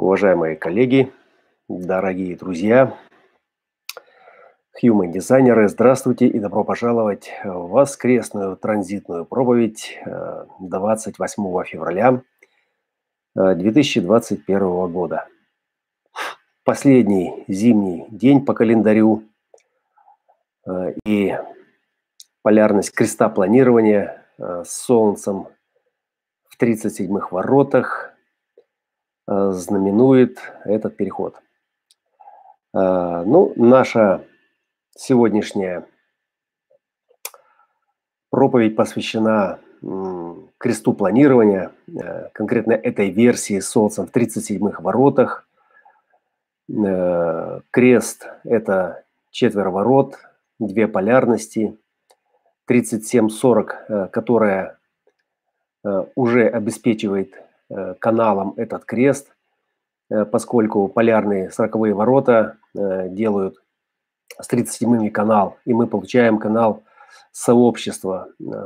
Уважаемые коллеги, дорогие друзья, human-дизайнеры, здравствуйте и добро пожаловать в воскресную транзитную проповедь 28 февраля 2021 года. Последний зимний день по календарю и полярность креста планирования с Солнцем в 37-х воротах знаменует этот переход. Наша сегодняшняя проповедь посвящена кресту планирования, конкретно этой версии с Солнцем в 37-х воротах. Крест – это четвероворот, две полярности, 37-40, которая уже обеспечивает каналом этот крест, поскольку полярные 40-е ворота делают с 37-ми канал, и мы получаем канал сообщества,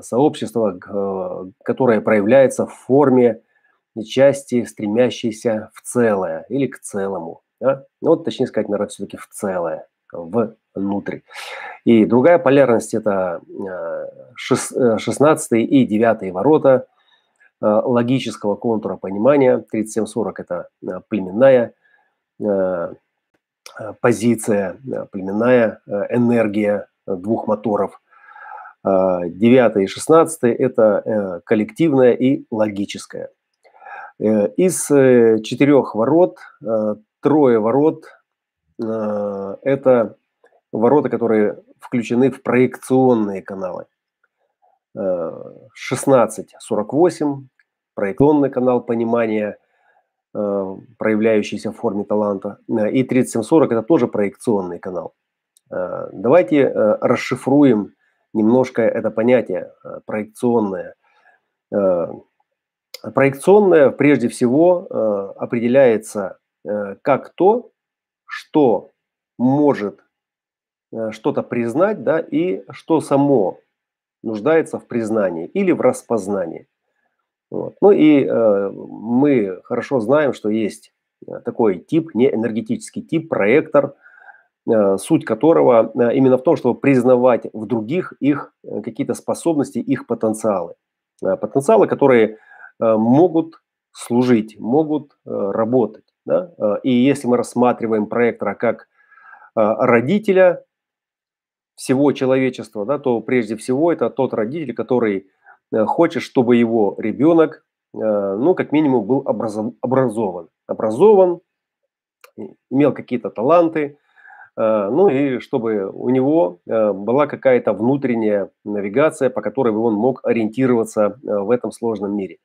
которое проявляется в форме части, стремящейся в целое или к целому. Да? Точнее сказать, наверное, все-таки в целое, внутрь. И другая полярность – это 16 и 9 ворота логического контура понимания. 37-40 – это племенная позиция, племенная энергия двух моторов. 9 и 16 – это коллективная и логическая. Из 4 ворот 3 ворот – это ворота, которые включены в проекционные каналы. 16-48 – проекционный канал понимания, проявляющийся в форме таланта. И 37-40 – это тоже проекционный канал. Давайте расшифруем немножко это понятие проекционное. Проекционное прежде всего определяется как то, что может что-то признать, да, и что само нуждается в признании или в распознании. Мы хорошо знаем, что есть такой тип, неэнергетический тип, проектор, суть которого именно в том, чтобы признавать в других их какие-то способности, их потенциалы. Потенциалы, которые могут служить, могут работать. Да? И если мы рассматриваем проектора как родителя всего человечества, да, то прежде всего это тот родитель, который хочет, чтобы его ребенок, как минимум, был образован, имел какие-то таланты, и чтобы у него была какая-то внутренняя навигация, по которой бы он мог ориентироваться в этом сложном мире.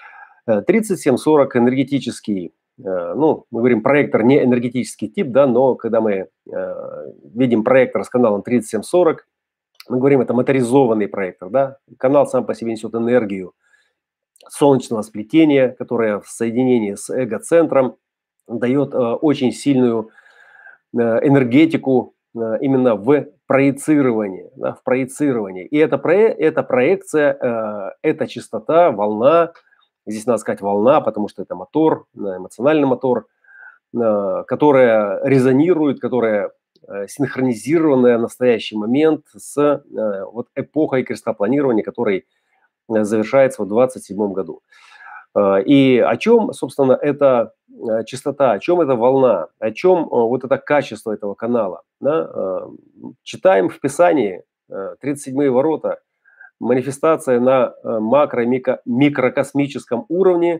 37-40 энергетический, мы говорим проектор не энергетический тип, да, но когда мы видим проектор с каналом 37-40, мы говорим, это моторизованный проектор, да, канал сам по себе несет энергию солнечного сплетения, которое в соединении с эго-центром дает очень сильную энергетику именно в проецировании, да, в проецировании. И эта проекция, эта частота, волна, здесь надо сказать волна, потому что это мотор, эмоциональный мотор, которая резонирует, которая синхронизированная в настоящий момент с эпохой крестопланирования, который завершается в 2027 году. И о чем, собственно, эта частота, о чем эта волна, о чем это качество этого канала. Да? Читаем в Писании 37-е ворота, манифестация на микрокосмическом уровне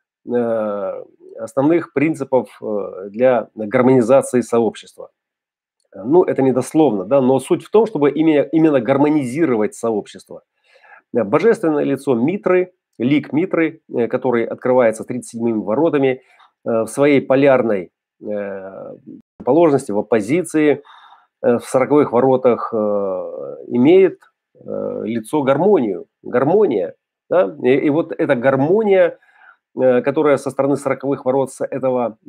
основных принципов для гармонизации сообщества. Это не дословно, да, но суть в том, чтобы именно гармонизировать сообщество. Божественное лицо Митры, лик Митры, который открывается 37-ми воротами, в своей полярной положенности, в оппозиции, в 40-х воротах имеет лицо гармония. Да? И вот эта гармония, которая со стороны 40-х ворот, с этого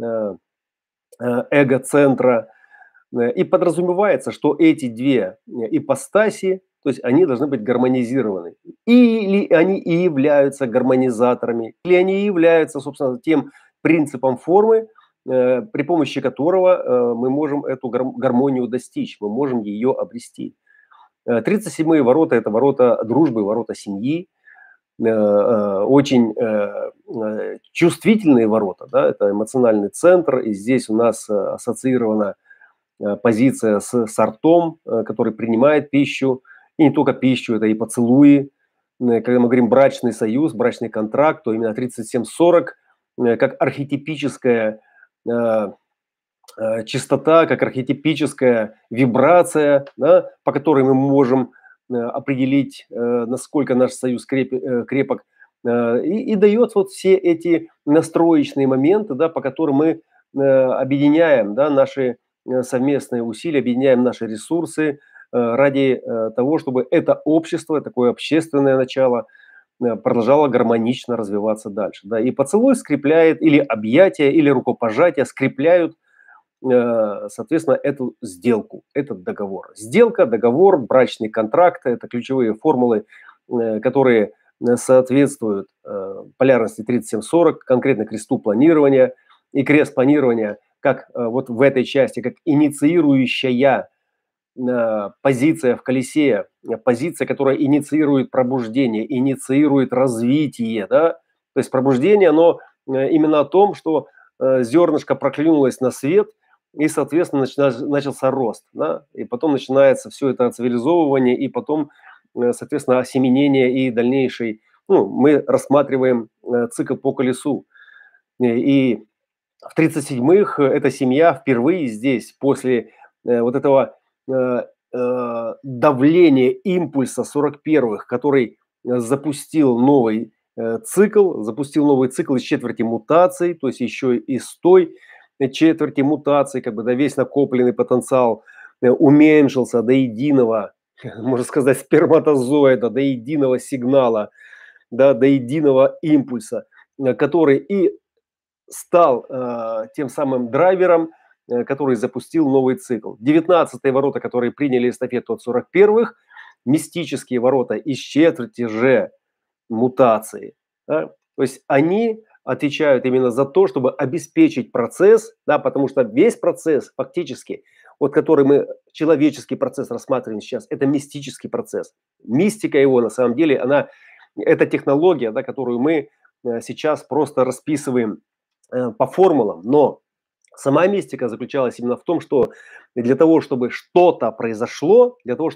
эго-центра, и подразумевается, что эти две ипостаси, то есть они должны быть гармонизированы. Или они и являются гармонизаторами, или они являются, собственно, тем принципом формы, при помощи которого мы можем эту гармонию достичь, мы можем ее обрести. 37-е ворота – это ворота дружбы, ворота семьи, очень чувствительные ворота, да, это эмоциональный центр, и здесь у нас ассоциирована позиция с ртом, который принимает пищу, и не только пищу, это и поцелуи. Когда мы говорим брачный союз, брачный контракт, то именно 37-40 как архетипическая частота, как архетипическая вибрация, да, по которой мы можем определить, насколько наш союз крепок, и дает вот все эти настроечные моменты, да, по которым мы объединяем, да, наши совместные усилия, объединяем наши ресурсы ради того, чтобы это общество, такое общественное начало продолжало гармонично развиваться дальше. Да. И поцелуй скрепляет, или объятия, или рукопожатия скрепляют, соответственно, эту сделку, этот договор. Сделка, договор, брачный контракт – это ключевые формулы, которые соответствуют полярности 37-40, конкретно кресту планирования. И крест планирования, как вот в этой части, как инициирующая позиция в колесе, позиция, которая инициирует пробуждение, инициирует развитие. Да? То есть пробуждение, оно именно о том, что зернышко проклюнулось на свет, и, соответственно, начался рост. Да? И потом начинается все это цивилизовывание, и потом, соответственно, осеменение и дальнейший. Ну, мы рассматриваем цикл по колесу. И в 37-х эта семья впервые здесь, после вот этого давления импульса 41-х, который запустил новый цикл из четверти мутаций, то есть еще из той четверти мутаций, как бы, да, весь накопленный потенциал уменьшился до единого, можно сказать, сперматозоида, до единого сигнала, да, до единого импульса, который и стал тем самым драйвером, который запустил новый цикл. 19-е ворота, которые приняли эстафету от 41-х, мистические ворота из четверти же мутации. Да? То есть они отвечают именно за то, чтобы обеспечить процесс, да, потому что весь процесс фактически, вот который мы, человеческий процесс рассматриваем сейчас, это мистический процесс. Мистика его на самом деле, это технология, да, которую мы сейчас просто расписываем по формулам, но сама мистика заключалась именно в том, что для того, чтобы что-то произошло,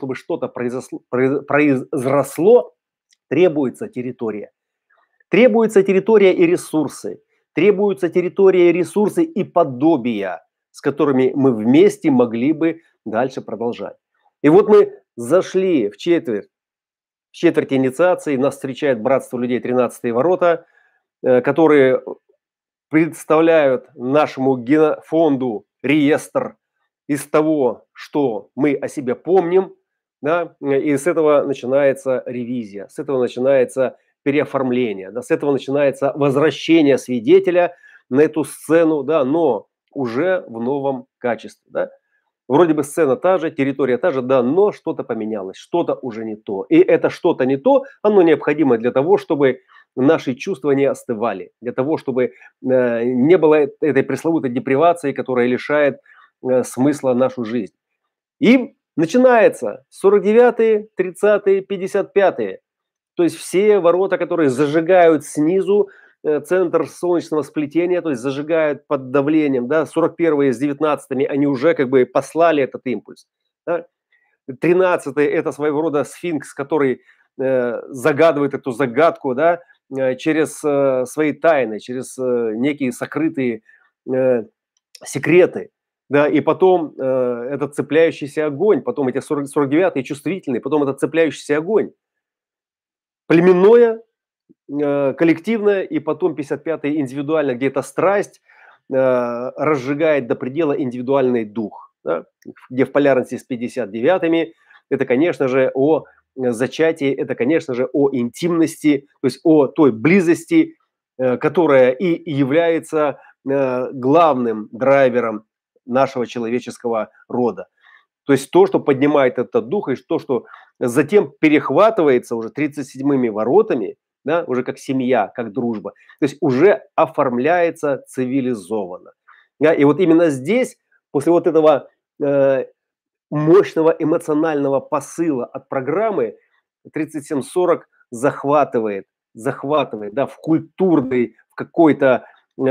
произросло, требуется территория. Требуется территория и ресурсы. Требуются территория, ресурсы и подобия, с которыми мы вместе могли бы дальше продолжать. И вот мы зашли в четверть инициации, нас встречает братство людей 13-е ворота, которые представляют нашему генофонду реестр из того, что мы о себе помним, да, и с этого начинается ревизия, с этого начинается переоформление, да, с этого начинается возвращение свидетеля на эту сцену, да, но уже в новом качестве. Да. Вроде бы сцена та же, территория та же, да, но что-то поменялось, что-то уже не то. И это что-то не то, оно необходимо для того, чтобы наши чувства не остывали, для того, чтобы не было этой пресловутой депривации, которая лишает смысла нашу жизнь. И начинается 49-е, 30-е, 55-е. То есть все ворота, которые зажигают снизу центр солнечного сплетения, то есть зажигают под давлением, да, 41-е с 19-ми, они уже как бы послали этот импульс. Да. 13-е это своего рода сфинкс, который загадывает эту загадку, да, через свои тайны, через некие сокрытые секреты. Да, и потом этот цепляющийся огонь, потом эти 49-е чувствительные, потом этот цепляющийся огонь. Племенное, коллективное, и потом 55-е индивидуально, где эта страсть разжигает до предела индивидуальный дух. Да, где в полярности с 59-ми это, конечно же, о зачатии, это, конечно же, о интимности, то есть о той близости, которая и является главным драйвером нашего человеческого рода. То есть то, что поднимает этот дух, и то, что затем перехватывается уже 37-ми воротами, да, уже как семья, как дружба, то есть уже оформляется цивилизованно. Да? И вот именно здесь, после вот этого мощного эмоционального посыла от программы, 3740 захватывает, да, в культурный, в какой-то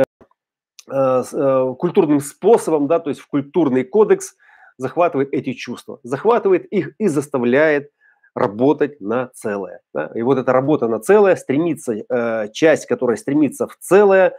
культурным способом, да, то есть в культурный кодекс, захватывает эти чувства, захватывает их и заставляет работать на целое. Да? И вот эта работа на целое стремится, часть, которая стремится в целое,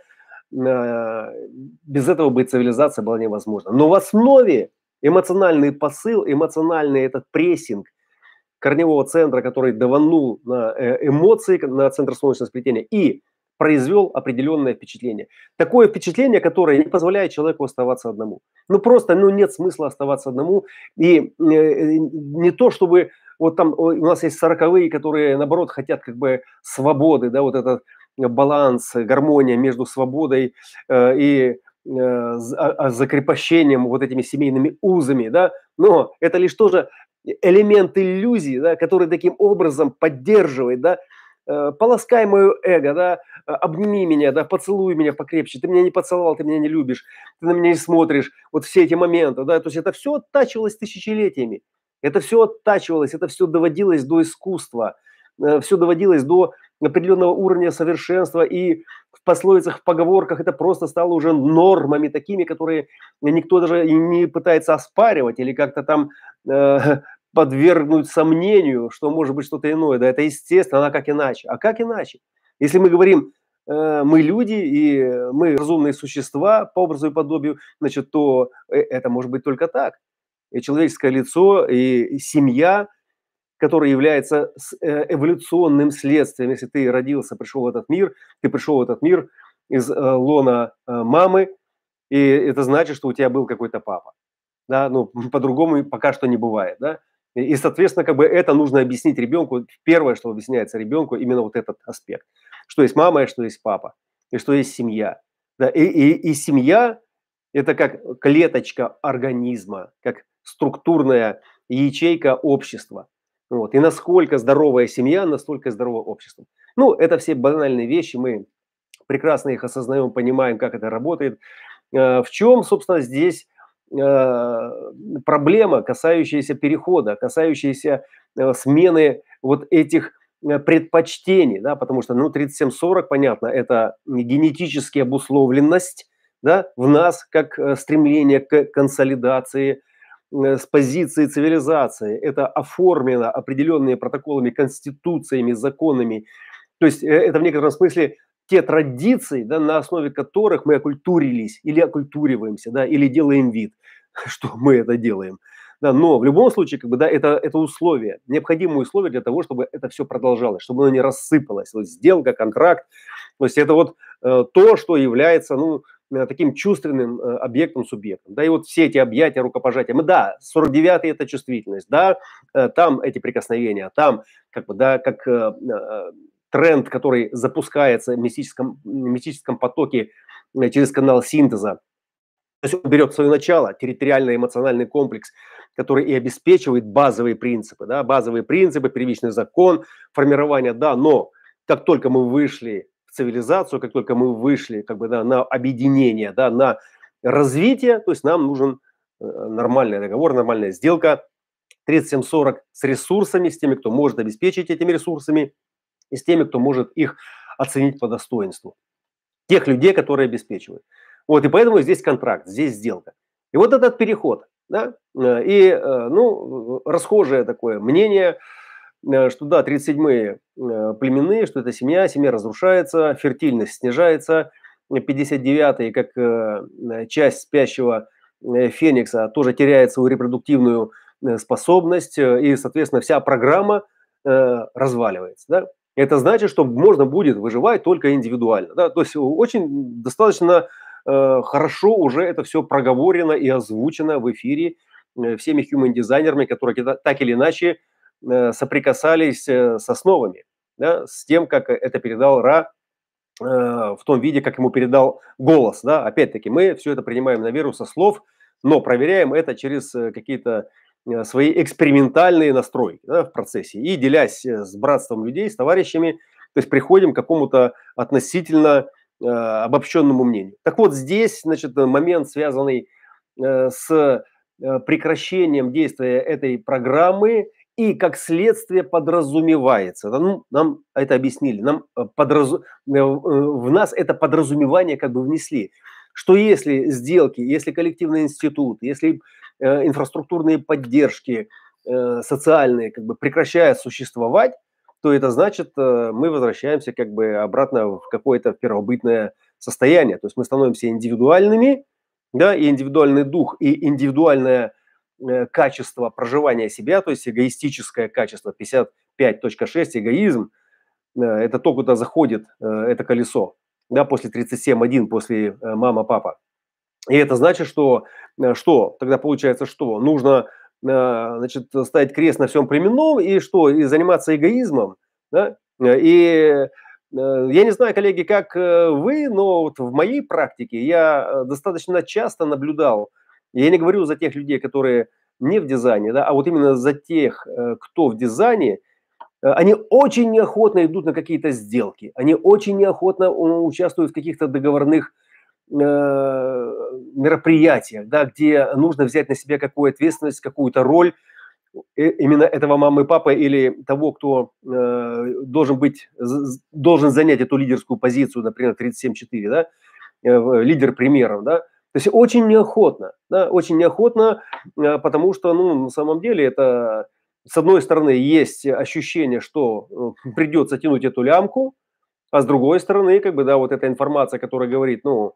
без этого бы цивилизация была невозможна. Но в основе эмоциональный посыл, эмоциональный этот прессинг корневого центра, который даванул на эмоции, на центр солнечного сплетения и произвел определенное впечатление. Такое впечатление, которое не позволяет человеку оставаться одному. Ну просто, ну нет смысла оставаться одному. И не то, чтобы вот там у нас есть 40-е, которые наоборот хотят как бы свободы, да, вот этот баланс, гармония между свободой и закрепощением вот этими семейными узами, да, но это лишь тоже элемент иллюзии, да, который таким образом поддерживает, да, поласкай мое эго, да, обними меня, да, поцелуй меня покрепче, ты меня не поцеловал, ты меня не любишь, ты на меня не смотришь, вот все эти моменты, да, то есть это все оттачивалось тысячелетиями, это все оттачивалось, это все доводилось до искусства, все доводилось до определенного уровня совершенства, и в пословицах, в поговорках это просто стало уже нормами такими, которые никто даже и не пытается оспаривать или как-то там подвергнуть сомнению, что может быть что-то иное. Да, это естественно, а как иначе? А как иначе? Если мы говорим, мы люди и мы разумные существа по образу и подобию, значит, то это может быть только так. И человеческое лицо, и семья, которая является эволюционным следствием. Если ты родился, пришел в этот мир, ты пришел в этот мир из лона мамы, и это значит, что у тебя был какой-то папа. Да, ну, по-другому пока что не бывает, да. И, соответственно, как бы это нужно объяснить ребенку. Первое, что объясняется ребенку, именно вот этот аспект. Что есть мама и что есть папа. И что есть семья. Да, и семья – это как клеточка организма, как структурная ячейка общества. Вот. И насколько здоровая семья, настолько здоровое общество. Ну, это все банальные вещи, мы прекрасно их осознаем, понимаем, как это работает. В чем, собственно, здесь проблема, касающаяся перехода, касающаяся смены вот этих предпочтений, да, потому что, ну, 3740, понятно, это генетически обусловленность, да, в нас, как стремление к консолидации с позиции цивилизации. Это оформлено определенными протоколами, конституциями, законами. То есть это в некотором смысле те традиции, да, на основе которых мы окультурились или окультуриваемся, да, или делаем вид, что мы это делаем. Да, но в любом случае, как бы, да, это условие, необходимое условие для того, чтобы это все продолжалось, чтобы оно не рассыпалось. Вот сделка, контракт, то есть это вот то, что является, ну, таким чувственным объектом, субъектом. Да, и вот все эти объятия, рукопожатия. Да, 49-й – это чувствительность, да, там эти прикосновения, там, как бы, да, как тренд, который запускается в мистическом потоке через канал синтеза. То есть он берет свое начало, территориально-эмоциональный комплекс, который и обеспечивает базовые принципы, да, базовые принципы, первичный закон формирования, да, но как только мы вышли в цивилизацию, как только мы вышли, как бы, да, на объединение, да, на развитие, то есть нам нужен нормальный договор, нормальная сделка, 3740 с ресурсами, с теми, кто может обеспечить этими ресурсами, и с теми, кто может их оценить по достоинству. Тех людей, которые обеспечивают. Вот, и поэтому здесь контракт, здесь сделка. И вот этот переход, да, и, ну, расхожее такое мнение, что да, 37-е племенные, что это семья, семья разрушается, фертильность снижается, 59-е, как часть спящего феникса, тоже теряет свою репродуктивную способность, и, соответственно, вся программа разваливается, да. Это значит, что можно будет выживать только индивидуально, да, то есть очень достаточно хорошо уже это все проговорено и озвучено в эфире всеми human-дизайнерами, которые так или иначе соприкасались с основами, да, с тем, как это передал Ра в том виде, как ему передал голос. Да. Опять-таки, мы все это принимаем на веру со слов, но проверяем это через какие-то свои экспериментальные настройки, да, в процессе. И делясь с братством людей, с товарищами, то есть приходим к какому-то относительно обобщенному мнению. Так вот, здесь, значит, момент, связанный с прекращением действия этой программы, и как следствие подразумевается. Ну, нам это объяснили, в нас это подразумевание как бы внесли, что если сделки, если коллективный институт, если инфраструктурные поддержки социальные как бы прекращают существовать, то это значит, мы возвращаемся как бы обратно в какое-то первобытное состояние. То есть мы становимся индивидуальными, да, и индивидуальный дух, и индивидуальное качество проживания себя, то есть эгоистическое качество, 55.6, эгоизм, это то, куда заходит это колесо, да, после 37.1, после мама-папа. И это значит, что Тогда получается, что нужно, значит, ставить крест на всем племенном и что? И заниматься эгоизмом, да? И я не знаю, коллеги, как вы, но вот в моей практике я достаточно часто наблюдал, я не говорю за тех людей, которые не в дизайне, да, а вот именно за тех, кто в дизайне, они очень неохотно идут на какие-то сделки, они очень неохотно участвуют в каких-то договорных мероприятиях, да, где нужно взять на себя какую ответственность, какую-то роль именно этого мамы и папы или того, кто должен занять эту лидерскую позицию, например, 37.4, да, лидер примеров, да. То есть очень неохотно, да, очень неохотно, потому что, ну, на самом деле это, с одной стороны, есть ощущение, что придется тянуть эту лямку, а с другой стороны, как бы, да, вот эта информация, которая говорит, ну,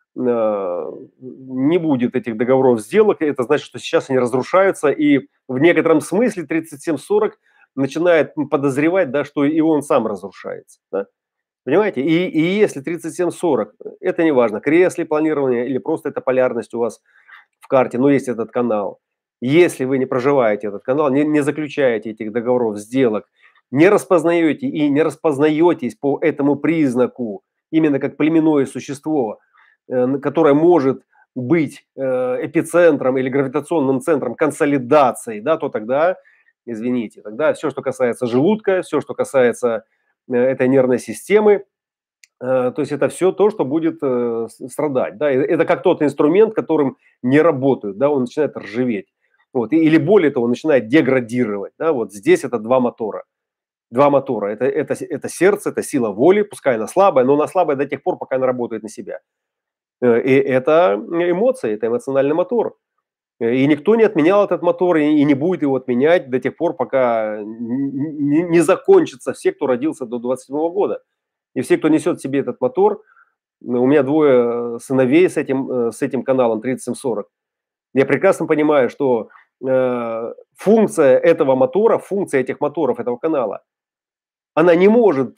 не будет этих договоров, сделок, это значит, что сейчас они разрушаются, и в некотором смысле 37-40 начинает подозревать, да, что и он сам разрушается. Да? Понимаете? И если 37-40, это не важно, крест ли планирование или просто это полярность у вас в карте, но есть этот канал. Если вы не проживаете этот канал, не заключаете этих договоров, сделок, не распознаете и не распознаетесь по этому признаку, именно как племенное существо, которое может быть эпицентром или гравитационным центром консолидации, да, то тогда, извините, тогда все, что касается желудка, все, что касается этой нервной системы, то есть это все то, что будет страдать. Да? Это как тот инструмент, которым не работают, да, он начинает ржаветь. Вот, или более того, он начинает деградировать. Да? Вот здесь это два мотора. Два мотора. Это сердце, это сила воли, пускай она слабая, но она слабая до тех пор, пока она работает на себя. И это эмоции, это эмоциональный мотор. И никто не отменял этот мотор и не будет его отменять до тех пор, пока не закончатся все, кто родился до 27 года. И все, кто несет в себе этот мотор, у меня двое сыновей с этим каналом 3740. Я прекрасно понимаю, что функция этого мотора, функция этих моторов, этого канала, она не может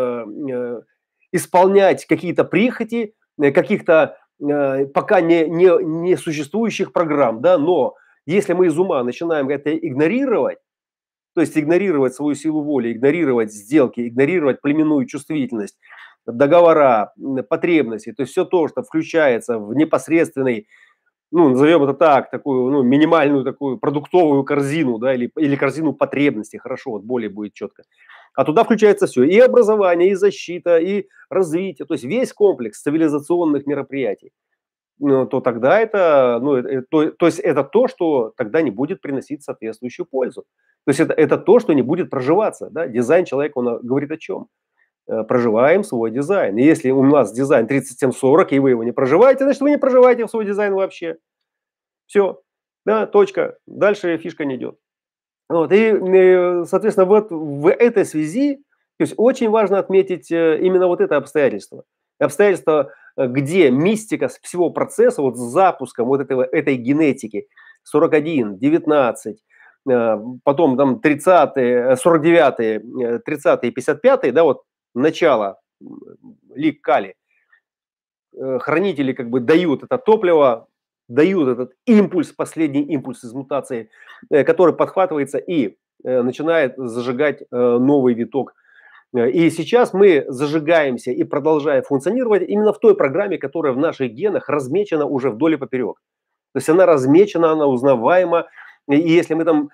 исполнять какие-то прихоти, каких-то пока не существующих программ, да, но если мы из ума начинаем это игнорировать, то есть игнорировать свою силу воли, игнорировать сделки, игнорировать племенную чувствительность, договора, потребности, то есть все то, что включается в непосредственный, ну, назовем это так, такую, ну, минимальную такую продуктовую корзину, да, или корзину потребностей, хорошо, вот более будет четко. А туда включается все, и образование, и защита, и развитие, то есть весь комплекс цивилизационных мероприятий. Ну, то тогда это, ну, то есть это то, что тогда не будет приносить соответствующую пользу. То есть это то, что не будет проживаться. Да? Дизайн человека, он говорит о чем? Проживаем свой дизайн. И если у нас дизайн 3740, и вы его не проживаете, значит, вы не проживаете в свой дизайн вообще. Все. Да, точка. Дальше фишка не идет. Вот. И, соответственно, вот в этой связи, то есть очень важно отметить именно вот это обстоятельство. Обстоятельство, где мистика всего процесса, вот с запуском вот этой генетики 41, 19, потом там 30-е, 49-е, 30-е, 55-е, да, вот начало лик кали, хранители как бы дают это топливо, дают этот импульс, последний импульс из мутации, который подхватывается и начинает зажигать новый виток. И сейчас мы зажигаемся и продолжаем функционировать именно в той программе, которая в наших генах размечена уже вдоль и поперек. То есть она размечена, она узнаваема. И если мы там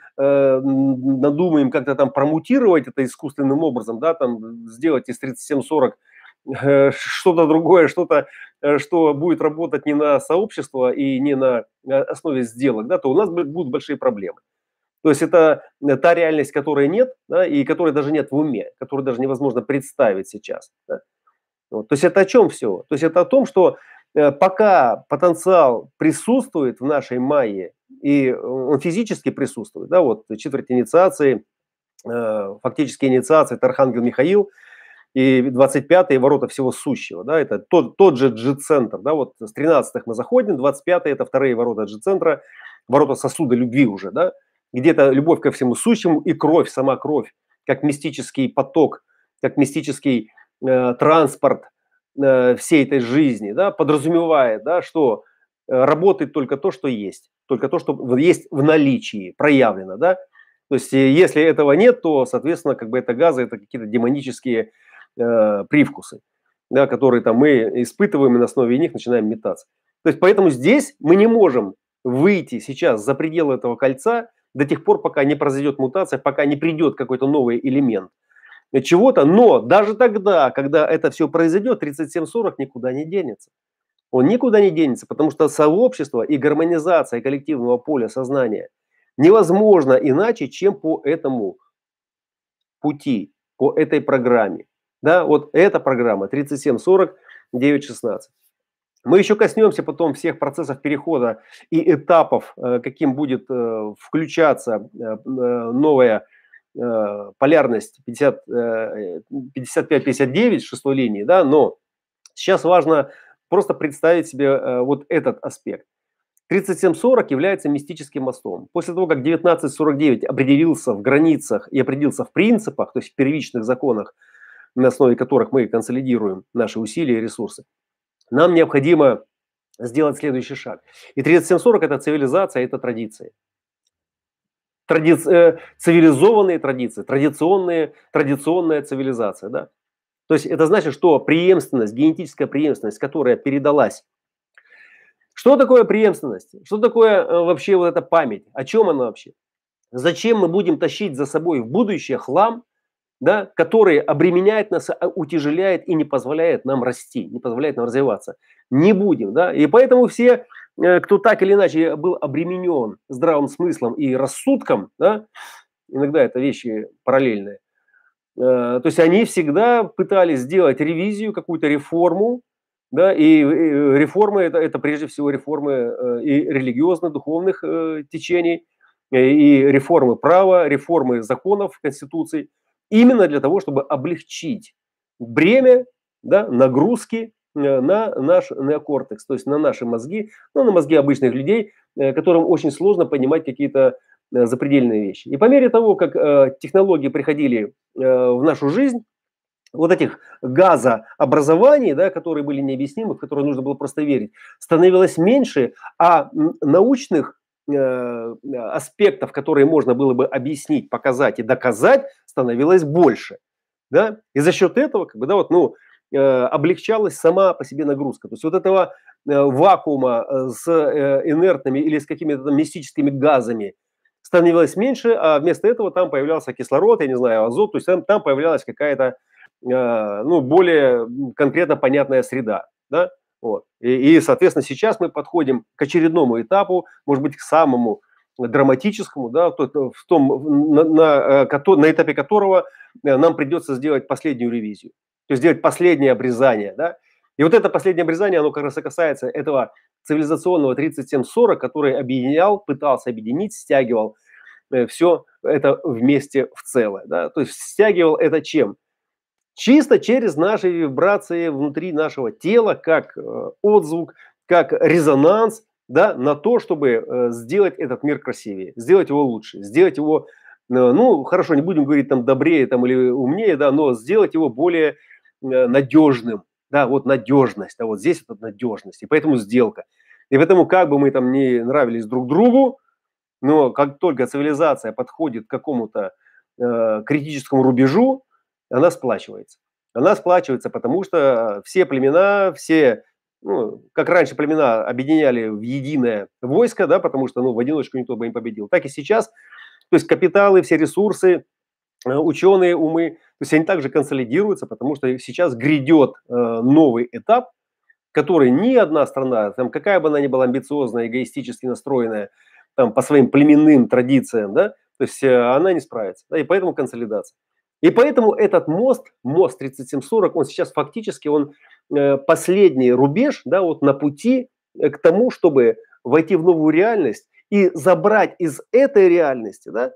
надумаем как-то там промутировать это искусственным образом, да, там сделать из 3740 что-то другое, что-то, что будет работать не на сообщество и не на основе сделок, да, то у нас будут большие проблемы. То есть это та реальность, которой нет, да, и которой даже нет в уме, которую даже невозможно представить сейчас. Да. Вот. То есть это о чем все? То есть это о том, что пока потенциал присутствует в нашей майе, и он физически присутствует, да, вот четверть инициации, фактически инициация – это Архангел Михаил, и 25-е ворота всего сущего, да, это тот же G-центр, да, вот с 13-х мы заходим, 25-е это вторые ворота G-центра, ворота сосуда любви уже, да, где-то любовь ко всему сущему и кровь, сама кровь, как мистический поток, как мистический транспорт всей этой жизни, да, подразумевает, да, что работает только то, что есть, только то, что есть в наличии, проявлено, да. То есть, если этого нет, то, соответственно, как бы это газы, это какие-то демонические привкусы, да, которые там мы испытываем и на основе них начинаем метаться. То есть, поэтому здесь мы не можем выйти сейчас за пределы этого кольца до тех пор, пока не произойдет мутация, пока не придет какой-то новый элемент чего-то. Но даже тогда, когда это все произойдет, 3740 никуда не денется. Он никуда не денется, потому что сообщество и гармонизация коллективного поля сознания невозможно иначе, чем по этому пути, по этой программе. Да, вот эта программа 3740 916. Мы еще коснемся потом всех процессов перехода и этапов, каким будет включаться новая полярность 55-59 шестой линии, да, но сейчас важно просто представить себе вот этот аспект. 3740 является мистическим мостом. После того, как 1949 определился в границах и определился в принципах, то есть в первичных законах, на основе которых мы консолидируем наши усилия и ресурсы, нам необходимо сделать следующий шаг. И 3740 – это цивилизация, это традиции. Цивилизованные традиции, традиционная цивилизация. Да? То есть это значит, что преемственность, генетическая преемственность, которая передалась. Что такое преемственность? Что такое вообще вот эта память? О чем она вообще? Зачем мы будем тащить за собой в будущее хлам, да, который обременяет нас, утяжеляет и не позволяет нам расти, не позволяет нам развиваться? Не будем. Да? И поэтому все, кто так или иначе был обременен здравым смыслом и рассудком, да, иногда это вещи параллельные, то есть они всегда пытались сделать ревизию, какую-то реформу, да, и реформы это прежде всего реформы и религиозно-духовных течений, и реформы права, реформы законов, конституций, именно для того, чтобы облегчить бремя, да, нагрузки на наш неокортекс, то есть на наши мозги, ну, на мозги обычных людей, которым очень сложно понимать какие-то запредельные вещи. И по мере того, как технологии приходили в нашу жизнь, вот этих газообразований, да, которые были необъяснимы, в которые нужно было просто верить, становилось меньше, а научных аспектов, которые можно было бы объяснить, показать и доказать, становилось больше. Да? И за счет этого как бы, да, вот, ну, облегчалась сама по себе нагрузка. То есть вот этого вакуума с инертными или с какими-то мистическими газами становилось меньше, а вместо этого там появлялся кислород, я не знаю, азот, то есть там появлялась какая-то ну, более конкретно понятная среда. Да? Вот. Соответственно, сейчас мы подходим к очередному этапу, может быть, к самому драматическому, да, на этапе которого нам придется сделать последнюю ревизию, то есть сделать последнее обрезание. Да? И вот это последнее обрезание, оно как раз и касается этого цивилизационного 3740, который объединял, пытался объединить, стягивал все это вместе в целое. Да? То есть стягивал это чем? Чисто через наши вибрации внутри нашего тела, как отзвук, как резонанс, да, на то, чтобы сделать этот мир красивее, сделать его лучше, сделать его, ну, хорошо, не будем говорить там добрее там, или умнее, да, но сделать его более надежным. Да, вот надежность, да, вот здесь вот надежность, и поэтому сделка. И поэтому, как бы мы там не нравились друг другу, но как только цивилизация подходит к какому-то критическому рубежу, она сплачивается. Она сплачивается, потому что все племена, все, ну, как раньше племена объединяли в единое войско, да, потому что, ну, в одиночку никто бы не победил. Так и сейчас, то есть капиталы, все ресурсы, ученые умы есть они также консолидируются, потому что сейчас грядет новый этап, который ни одна страна, там, какая бы она ни была амбициозная, эгоистически настроенная, там, по своим племенным традициям, да, то есть она не справится. Да, и поэтому консолидация. И поэтому этот мост 3740, он сейчас фактически он последний рубеж, да, вот на пути к тому, чтобы войти в новую реальность и забрать из этой реальности, да,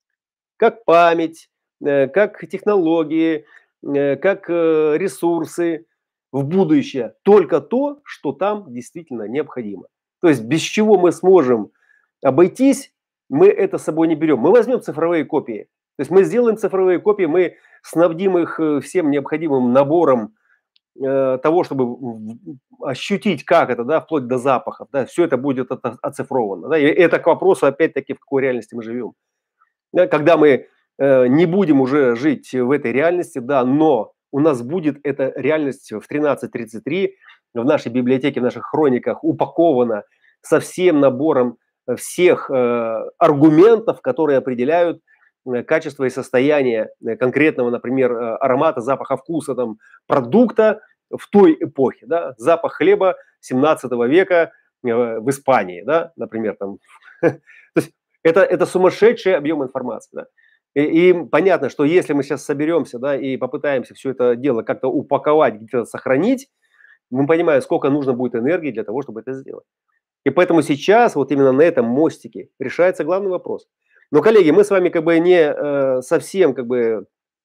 как память, как технологии, как ресурсы в будущее, только то, что там действительно необходимо. То есть без чего мы сможем обойтись, мы это с собой не берем. Мы возьмем цифровые копии. То есть мы сделаем цифровые копии, мы снабдим их всем необходимым набором того, чтобы ощутить, как это, да, вплоть до запахов, да, все это будет оцифровано. Да, и это к вопросу, опять-таки, в какой реальности мы живем. Да, когда мы не будем уже жить в этой реальности, да, но у нас будет эта реальность в 13:33 в нашей библиотеке, в наших хрониках упакована со всем набором всех аргументов, которые определяют качество и состояние конкретного, например, аромата, запаха, вкуса там, продукта в той эпохе. Да? Запах хлеба 17 века в Испании, да, например. Там. То есть это сумасшедший объем информации. Да? И понятно, что если мы сейчас соберемся, да, и попытаемся все это дело как-то упаковать, где-то сохранить, мы понимаем, сколько нужно будет энергии для того, чтобы это сделать. И поэтому сейчас вот именно на этом мостике решается главный вопрос. Но, коллеги, мы с вами как бы не совсем как бы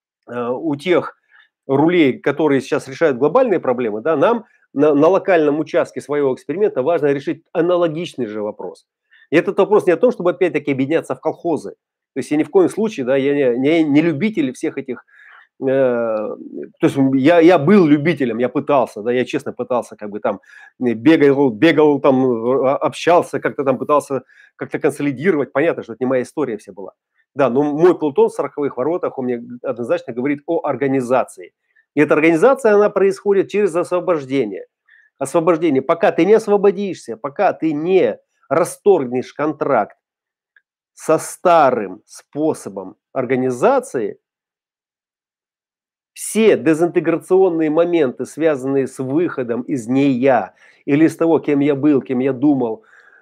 у тех рулей, которые сейчас решают глобальные проблемы, да, нам на локальном участке своего эксперимента важно решить аналогичный же вопрос. И этот вопрос не о том, чтобы опять-таки объединяться в колхозы. То есть я ни в коем случае, да, я не любитель всех этих. То есть я был любителем, я пытался, да, я честно пытался, как бы там бегал там, общался, как-то там пытался как-то консолидировать. Понятно, что это не моя история вся была. Да, но мой Плутон в 40-х воротах, он мне однозначно говорит о организации. И эта организация, она происходит через освобождение. Освобождение. Пока ты не освободишься, пока ты не расторгнешь контракт со старым способом организации, все дезинтеграционные моменты, связанные с выходом из не я или из того, кем я был, кем я думал,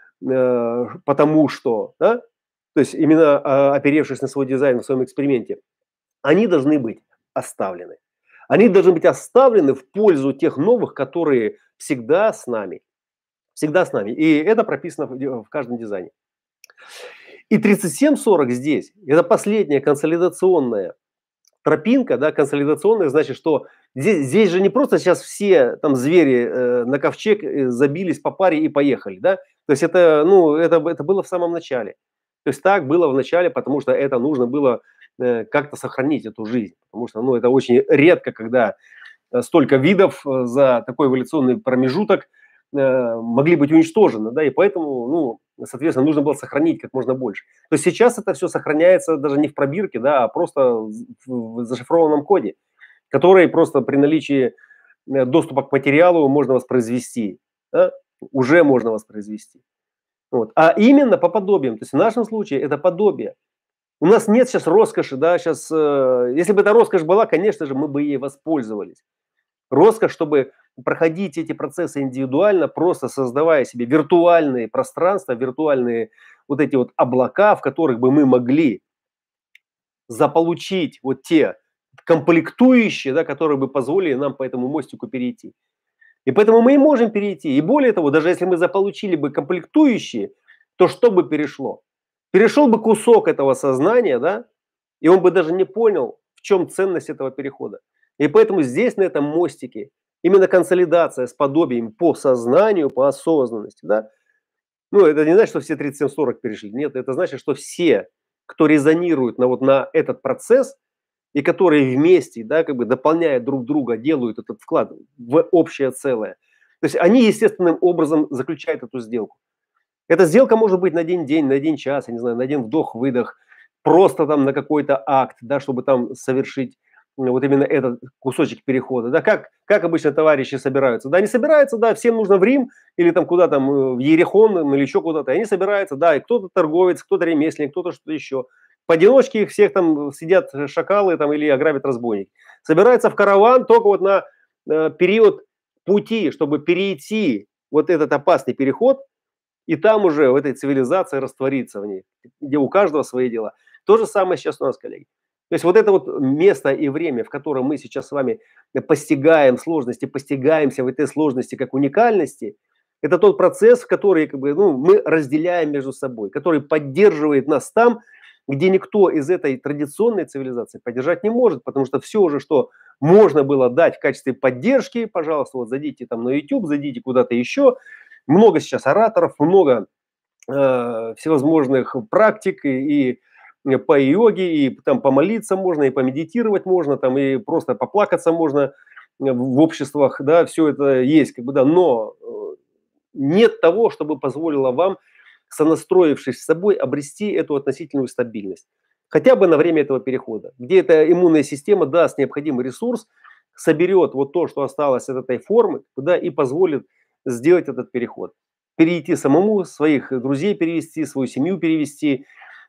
потому что, да, то есть именно оперевшись на свой дизайн в своем эксперименте, они должны быть оставлены. Они должны быть оставлены в пользу тех новых, которые всегда с нами. Всегда с нами. И это прописано в каждом дизайне. И 3740 здесь, это последняя консолидационная тропинка, да, консолидационная, значит, что здесь же не просто сейчас все там звери на ковчег забились по паре и поехали, да, то есть это, ну, это было в самом начале. То есть так было в начале, потому что это нужно было как-то сохранить эту жизнь, потому что, ну, это очень редко, когда столько видов за такой эволюционный промежуток могли быть уничтожены, да, и поэтому, ну, соответственно, нужно было сохранить как можно больше. То есть сейчас это все сохраняется даже не в пробирке, да, а просто в зашифрованном коде, который просто при наличии доступа к материалу можно воспроизвести, да, уже можно воспроизвести. Вот. А именно по подобиям, то есть в нашем случае это подобие. У нас нет сейчас роскоши, да, сейчас, если бы эта роскошь была, конечно же, мы бы ей воспользовались. Роскошь, чтобы проходить эти процессы индивидуально, просто создавая себе виртуальные пространства, виртуальные вот эти вот облака, в которых бы мы могли заполучить вот те комплектующие, да, которые бы позволили нам по этому мостику перейти. И поэтому мы и можем перейти. И более того, даже если мы заполучили бы комплектующие, то что бы перешло? Перешел бы кусок этого сознания, да, и он бы даже не понял, в чем ценность этого перехода. И поэтому здесь, на этом мостике, именно консолидация с подобием по сознанию, по осознанности, да, ну, это не значит, что все 3740 перешли. Нет, это значит, что все, кто резонирует на, вот, на этот процесс, и которые вместе, да, как бы дополняя друг друга, делают этот вклад в общее целое. То есть они естественным образом заключают эту сделку. Эта сделка может быть на день, на один час, я не знаю, на один вдох-выдох, просто там на какой-то акт, да, чтобы там совершить вот именно этот кусочек перехода. Да, как обычно товарищи собираются? Да, они собираются, да, всем нужно в Рим или там куда там, в Иерихон или еще куда-то. Они собираются, да, и кто-то торговец, кто-то ремесленник, кто-то что-то еще. Поодиночке их всех там сидят шакалы там или ограбят разбойники. Собираются в караван только вот на период пути, чтобы перейти вот этот опасный переход, и там уже в этой цивилизации раствориться в ней, где у каждого свои дела. То же самое сейчас у нас, коллеги. То есть вот это вот место и время, в котором мы сейчас с вами постигаем сложности, постигаемся в этой сложности как уникальности, это тот процесс, в который как бы, ну, мы разделяем между собой, который поддерживает нас там, где никто из этой традиционной цивилизации поддержать не может, потому что все уже, что можно было дать в качестве поддержки, пожалуйста, вот зайдите там на YouTube, зайдите куда-то еще, много сейчас ораторов, много всевозможных практик и по йоге, и там помолиться можно, и помедитировать можно, там и просто поплакаться можно в обществах, да, все это есть, как бы, да, но нет того, чтобы позволило вам, сонастроившись с собой, обрести эту относительную стабильность. Хотя бы на время этого перехода, где эта иммунная система даст необходимый ресурс, соберет вот то, что осталось от этой формы, да, и позволит сделать этот переход. Перейти самому, своих друзей перевести, свою семью перевести.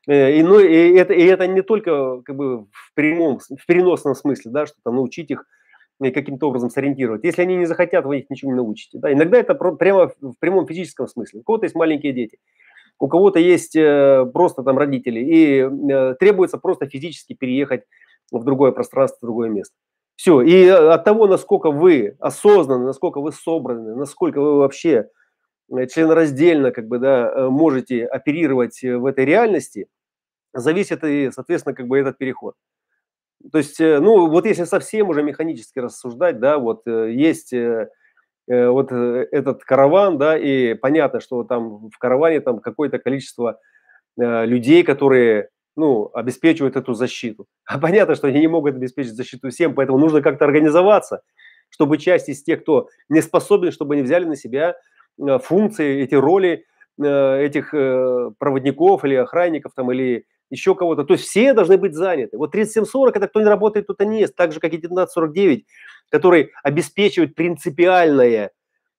И это не только как бы в переносном смысле, да, что там научить их каким-то образом сориентировать. Если они не захотят, вы их ничего не научите. Да? Иногда это прямо в прямом физическом смысле. У кого-то есть маленькие дети, у кого-то есть просто там родители, и требуется просто физически переехать в другое пространство, в другое место. Все. И от того, насколько вы осознанны, насколько вы собраны, насколько вы вообще членораздельно как бы, да, можете оперировать в этой реальности, зависит и, соответственно, как бы этот переход. То есть, ну, вот если совсем уже механически рассуждать, да, вот есть вот этот караван, да, и понятно, что там в караване там какое-то количество людей, которые, ну, обеспечивают эту защиту. А понятно, что они не могут обеспечить защиту всем, поэтому нужно как-то организоваться, чтобы часть из тех, кто не способен, чтобы они взяли на себя функции, эти роли этих проводников или охранников там, или еще кого-то. То есть все должны быть заняты. Вот 3740 это кто не работает, тот и не ест. Так же, как и 1949, который обеспечивает принципиальное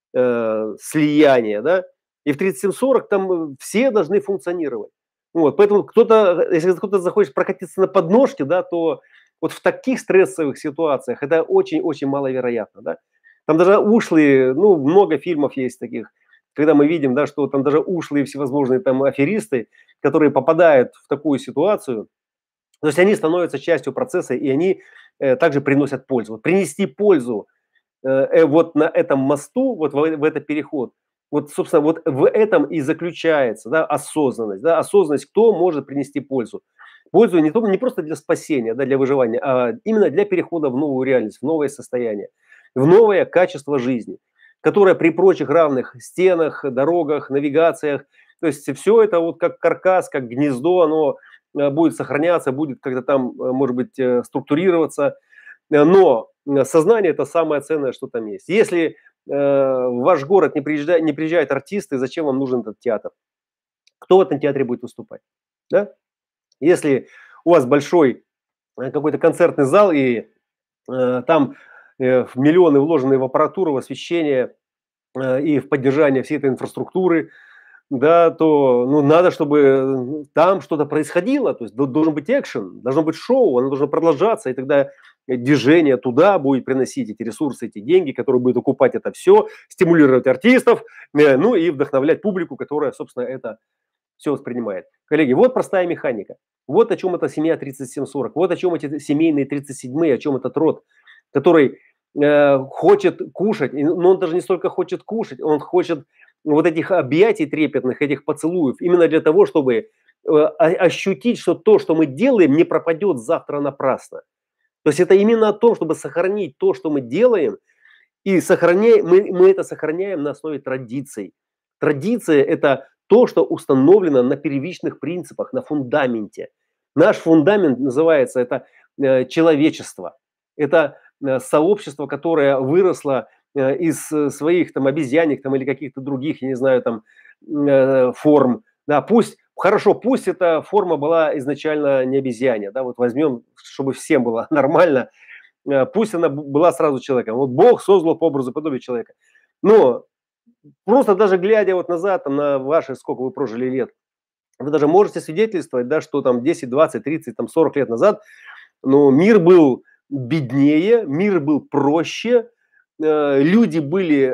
слияние, да, и в 3740 там все должны функционировать. Вот, поэтому кто-то, если кто-то захочет прокатиться на подножке, да, то вот в таких стрессовых ситуациях это очень-очень маловероятно, да. Там даже ушлые, ну, много фильмов есть таких, когда мы видим, да, что там даже ушлые всевозможные там аферисты, которые попадают в такую ситуацию, то есть они становятся частью процесса, и они также приносят пользу. Вот принести пользу вот на этом мосту, вот в этот переход, вот, собственно, вот в этом и заключается, да, осознанность. Да, осознанность, кто может принести пользу. Пользу не просто для спасения, да, для выживания, а именно для перехода в новую реальность, в новое состояние, в новое качество жизни, которое при прочих равных стенах, дорогах, навигациях, то есть все это вот как каркас, как гнездо, оно будет сохраняться, будет как-то там, может быть, структурироваться, но сознание – это самое ценное, что там есть. Если в ваш город не приезжают артисты, зачем вам нужен этот театр? Кто в этом театре будет выступать? Да? Если у вас большой какой-то концертный зал, и там миллионы вложены в аппаратуру, в освещение и в поддержание всей этой инфраструктуры, да, то ну, надо, чтобы там что-то происходило, то есть должен быть экшен, должно быть шоу, оно должно продолжаться, и тогда движение туда будет приносить эти ресурсы, эти деньги, которые будут окупать это все, стимулировать артистов, ну и вдохновлять публику, которая, собственно, это все воспринимает. Коллеги, вот простая механика. Вот о чем эта семья 3740, вот о чем эти семейные 37-е, о чем этот род, который хочет кушать, но он даже не столько хочет кушать, он хочет вот этих объятий трепетных, этих поцелуев, именно для того, чтобы ощутить, что то, что мы делаем, не пропадет завтра напрасно. То есть это именно о том, чтобы сохранить то, что мы делаем, и мы это сохраняем на основе традиций. Традиция – это то, что установлено на первичных принципах, на фундаменте. Наш фундамент называется это человечество. Это сообщество, которое выросло из своих там обезьянек там, или каких-то других, я не знаю, там форм. Да, пусть эта форма была изначально не обезьянья, да, вот возьмем, чтобы всем было нормально, пусть она была сразу человеком. Вот Бог создал по образу и подобию человека. Но просто даже глядя вот назад, там, на ваши, сколько вы прожили лет, Вы даже можете свидетельствовать, да, что там 10, 20, 30, там 40 лет назад, ну, мир был беднее, мир был проще, люди были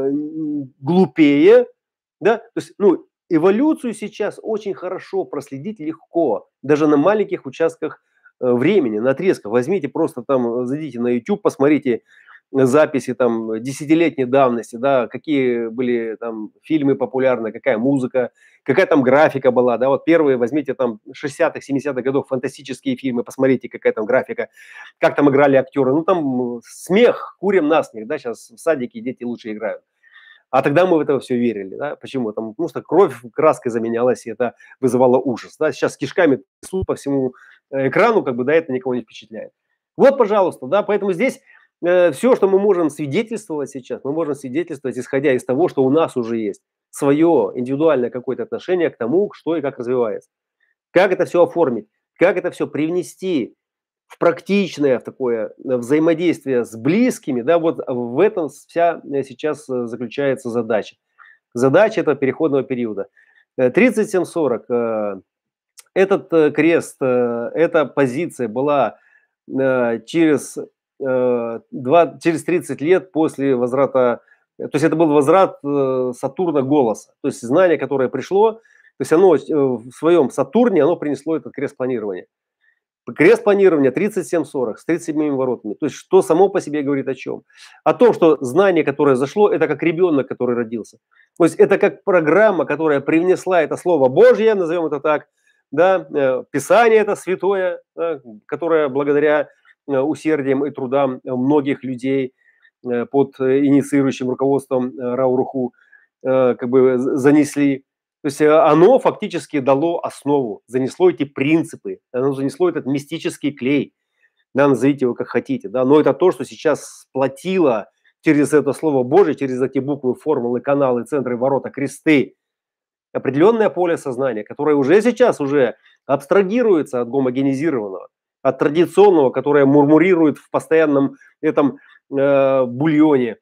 глупее, да, то есть, ну, эволюцию сейчас очень хорошо проследить легко, даже на маленьких участках времени, на отрезках. Возьмите просто там, зайдите на YouTube, посмотрите записи там десятилетней давности, да, какие были там фильмы популярны, какая музыка, какая там графика была, да, вот первые возьмите там 60-х, 70-х годов фантастические фильмы, посмотрите, какая там графика, как там играли актеры, ну там смех, курим насмех, да, сейчас в садике дети лучше играют. А тогда мы в это все верили, да, почему? Там, потому что кровь краской заменялась, и это вызывало ужас, да, сейчас кишками трясут по всему экрану, как бы, да, это никого не впечатляет. Вот, пожалуйста, да, поэтому здесь все, что мы можем свидетельствовать сейчас, мы можем свидетельствовать, исходя из того, что у нас уже есть свое индивидуальное какое-то отношение к тому, что и как развивается. Как это все оформить, как это все привнести в практичное, в такое взаимодействие с близкими, да, вот в этом вся сейчас заключается задача. Задача этого переходного периода. 37-40, этот крест, эта позиция была через, через 30 лет после возврата, то есть это был возврат Сатурна голоса, то есть знание, которое пришло, то есть оно в своем Сатурне, оно принесло этот крест планирования. Крест планирования 37-40 с 37 воротами. То есть что само по себе говорит о чем? О том, что знание, которое зашло, это как ребенок, который родился. То есть это как программа, которая привнесла это Слово Божье, назовем это так, да, Писание это святое, да, которое благодаря усердиям и трудам многих людей под инициирующим руководством Рауруху как бы занесли. То есть оно фактически дало основу, занесло эти принципы, оно занесло этот мистический клей, да, назовите его как хотите, да, но это то, что сейчас сплотило через это Слово Божие, через эти буквы, формулы, каналы, центры, ворота, кресты, определенное поле сознания, которое уже сейчас уже абстрагируется от гомогенизированного, от традиционного, которое мурмурирует в постоянном этом бульоне,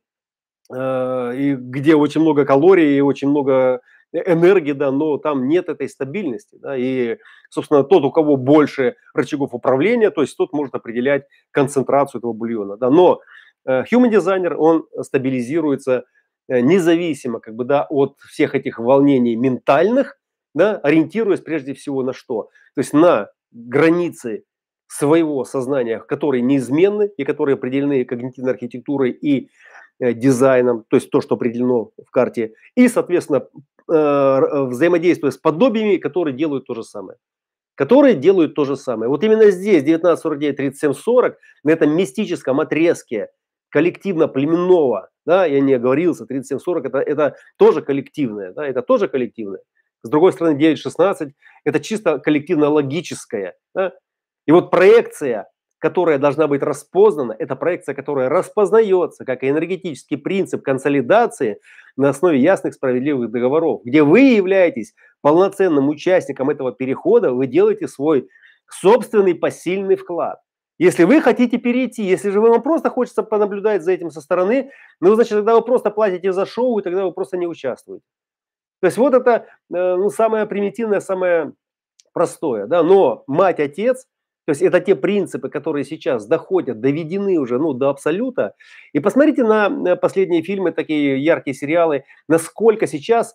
и где очень много калорий и очень много энергии, да, но там нет этой стабильности, да, и, собственно, тот, у кого больше рычагов управления, то есть тот может определять концентрацию этого бульона, да, но human дизайнер, он стабилизируется независимо, как бы, да, от всех этих волнений ментальных, да, ориентируясь прежде всего на что? То есть на границы своего сознания, которые неизменны и которые определены когнитивной архитектурой и дизайном, то есть то, что определено в карте, и, соответственно, взаимодействуя с подобиями, которые делают то же самое. Которые делают то же самое. Вот именно здесь, 1949, 37-40, на этом мистическом отрезке коллективно-племенного, да, я не оговорился, 37-40 это тоже коллективное, да, это тоже коллективное. С другой стороны, 9-16 это чисто коллективно-логическое. Да? И вот проекция, которая должна быть распознана, это проекция, которая распознается как энергетический принцип консолидации на основе ясных справедливых договоров, где вы являетесь полноценным участником этого перехода, вы делаете свой собственный посильный вклад. Если вы хотите перейти, если же вам просто хочется понаблюдать за этим со стороны, ну, значит, тогда вы просто платите за шоу, и тогда вы просто не участвуете. То есть вот это ну, самое примитивное, самое простое, да, но мать, отец, то есть это те принципы, которые сейчас доходят, доведены уже, ну, до абсолюта. И посмотрите на последние фильмы, такие яркие сериалы, насколько сейчас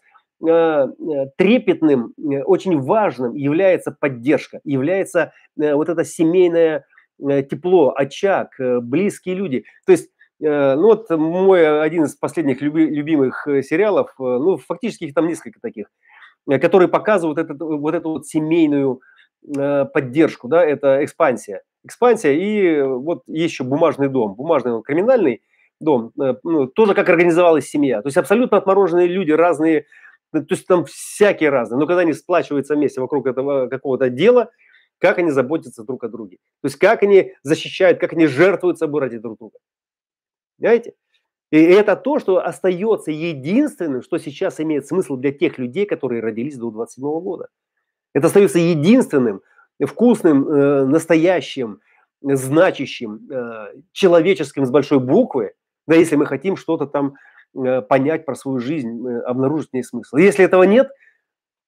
трепетным, очень важным является поддержка, является вот это семейное тепло, очаг, близкие люди. То есть ну вот мой один из последних любимых сериалов, ну фактически их там несколько таких, которые показывают вот эту вот семейную поддержку, да, это экспансия. Экспансия и вот еще бумажный дом, бумажный криминальный дом, ну, тоже как организовалась семья. То есть абсолютно отмороженные люди, разные, то есть там всякие разные, но когда они сплачиваются вместе вокруг этого какого-то дела, как они заботятся друг о друге. То есть как они защищают, как они жертвуют собой ради друг друга. Понимаете? И это то, что остается единственным, что сейчас имеет смысл для тех людей, которые родились до 27 года. Это остается единственным вкусным, настоящим, значащим, человеческим с большой буквы, да, если мы хотим что-то там понять про свою жизнь, обнаружить в ней смысл. Если этого нет,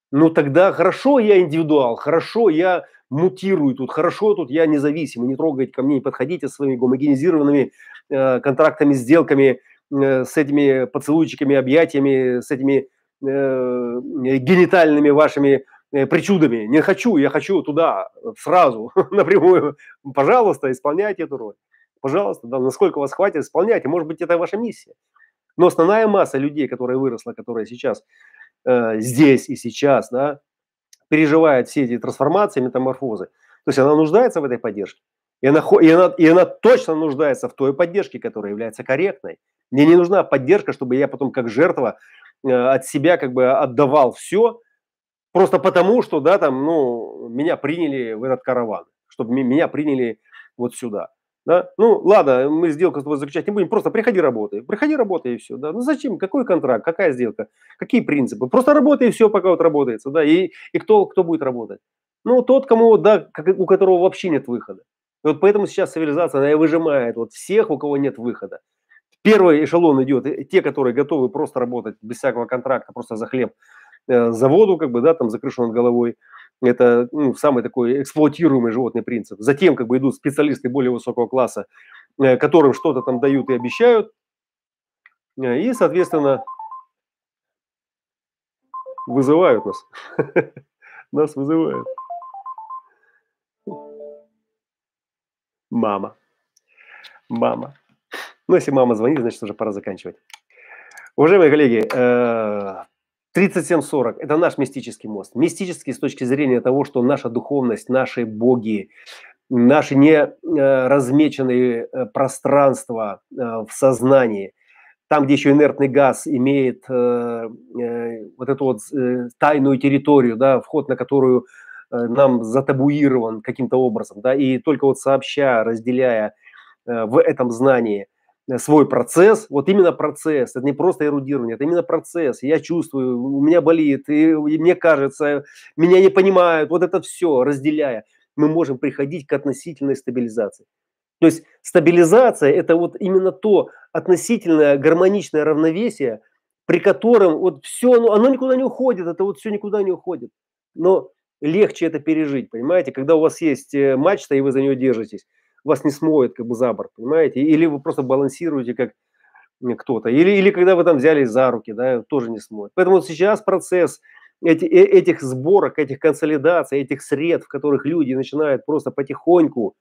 Ну тогда хорошо, я индивидуал, хорошо, я мутирую тут, хорошо, тут я независимый, не трогайте ко мне, не подходите со своими гомогенизированными контрактами, сделками, с этими поцелуйчиками, объятиями, с этими генитальными вашими причудами. Не хочу, я хочу туда сразу, напрямую. Пожалуйста, исполняйте эту роль. Пожалуйста, да, насколько вас хватит, исполняйте. Может быть, это ваша миссия. Но основная масса людей, которая выросла, которая сейчас здесь и сейчас, да, переживает все эти трансформации, метаморфозы, то есть она нуждается в этой поддержке. И она точно нуждается в той поддержке, которая является корректной. Мне не нужна поддержка, чтобы я потом как жертва от себя как бы отдавал все, просто потому, что, да, там, ну, меня приняли в этот караван, чтобы меня приняли вот сюда. Да? Ну, ладно, мы сделку с тобой заключать не будем, просто приходи работай и все. Да? Ну, зачем, какой контракт, какая сделка, какие принципы, просто работай и все, пока вот работается, да, и кто будет работать? Ну, тот, кому, да, у которого вообще нет выхода. И вот поэтому сейчас цивилизация, она и выжимает вот всех, у кого нет выхода. Первый эшелон идет, те, которые готовы просто работать без всякого контракта, просто за хлеб, за воду, как бы, да, там, за крышу над головой. Это, ну, самый такой эксплуатируемый животный принцип. Затем, как бы, идут специалисты более высокого класса, которым что-то там дают и обещают. И, соответственно, вызывают нас. Нас вызывают. Мама. Мама. Ну, если мама звонит, значит, уже пора заканчивать. Уважаемые коллеги, 3740 – это наш мистический мост. Мистический с точки зрения того, что наша духовность, наши боги, наши не размеченные пространства в сознании, там, где еще инертный газ имеет вот эту вот тайную территорию, да, вход на которую нам затабуирован каким-то образом, да, и только вот сообща, разделяя в этом знании свой процесс, вот именно процесс, это не просто эрудирование, это именно процесс, я чувствую, у меня болит, и мне кажется, меня не понимают, вот это все разделяя, мы можем приходить к относительной стабилизации. То есть стабилизация – это вот именно то относительное гармоничное равновесие, при котором вот все, ну, оно никуда не уходит, это вот все никуда не уходит. Но легче это пережить, понимаете, когда у вас есть мачта, и вы за нее держитесь, вас не смоет как бы за борт, понимаете, или вы просто балансируете как кто-то, или когда вы там взялись за руки, да, тоже не смоет. Поэтому вот сейчас процесс этих сборок, этих консолидаций, этих сред, в которых люди начинают просто потихоньку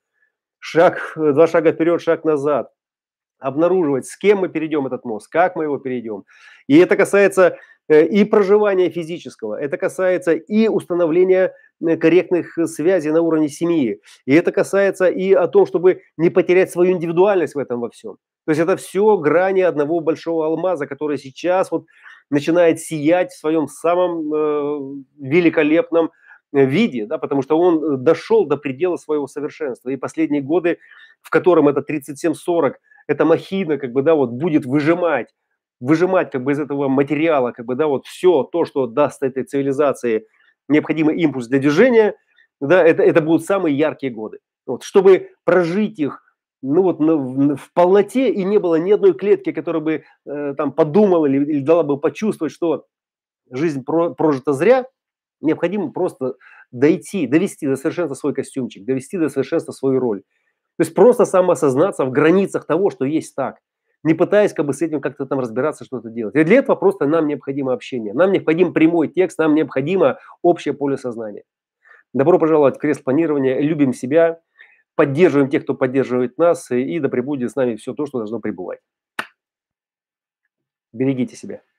шаг, два шага вперед, шаг назад, обнаруживать, с кем мы перейдем этот мост, как мы его перейдем. И это касается и проживания физического, это касается и установления корректных связей на уровне семьи, и это касается и о том, чтобы не потерять свою индивидуальность в этом во всем. То есть это все грани одного большого алмаза, который сейчас вот начинает сиять в своем самом великолепном виде, да, потому что он дошел до предела своего совершенства. И последние годы, в котором это 37-40, эта махина, как бы, да, вот будет выжимать как бы из этого материала, как бы, да, вот все то, что даст этой цивилизации необходимый импульс для движения, да, это будут самые яркие годы. Вот, чтобы прожить их, ну вот в полноте, и не было ни одной клетки, которая бы там подумала или дала бы почувствовать, что жизнь прожита зря, необходимо просто довести до совершенства свой костюмчик, довести до совершенства свою роль. То есть просто самоосознаться в границах того, что есть так, не пытаясь как бы с этим как-то там разбираться, что-то делать. И для этого просто нам необходимо общение, нам необходим прямой текст, нам необходимо общее поле сознания. Добро пожаловать в кресло планирования, любим себя, поддерживаем тех, кто поддерживает нас, и да пребудет с нами все то, что должно пребывать. Берегите себя.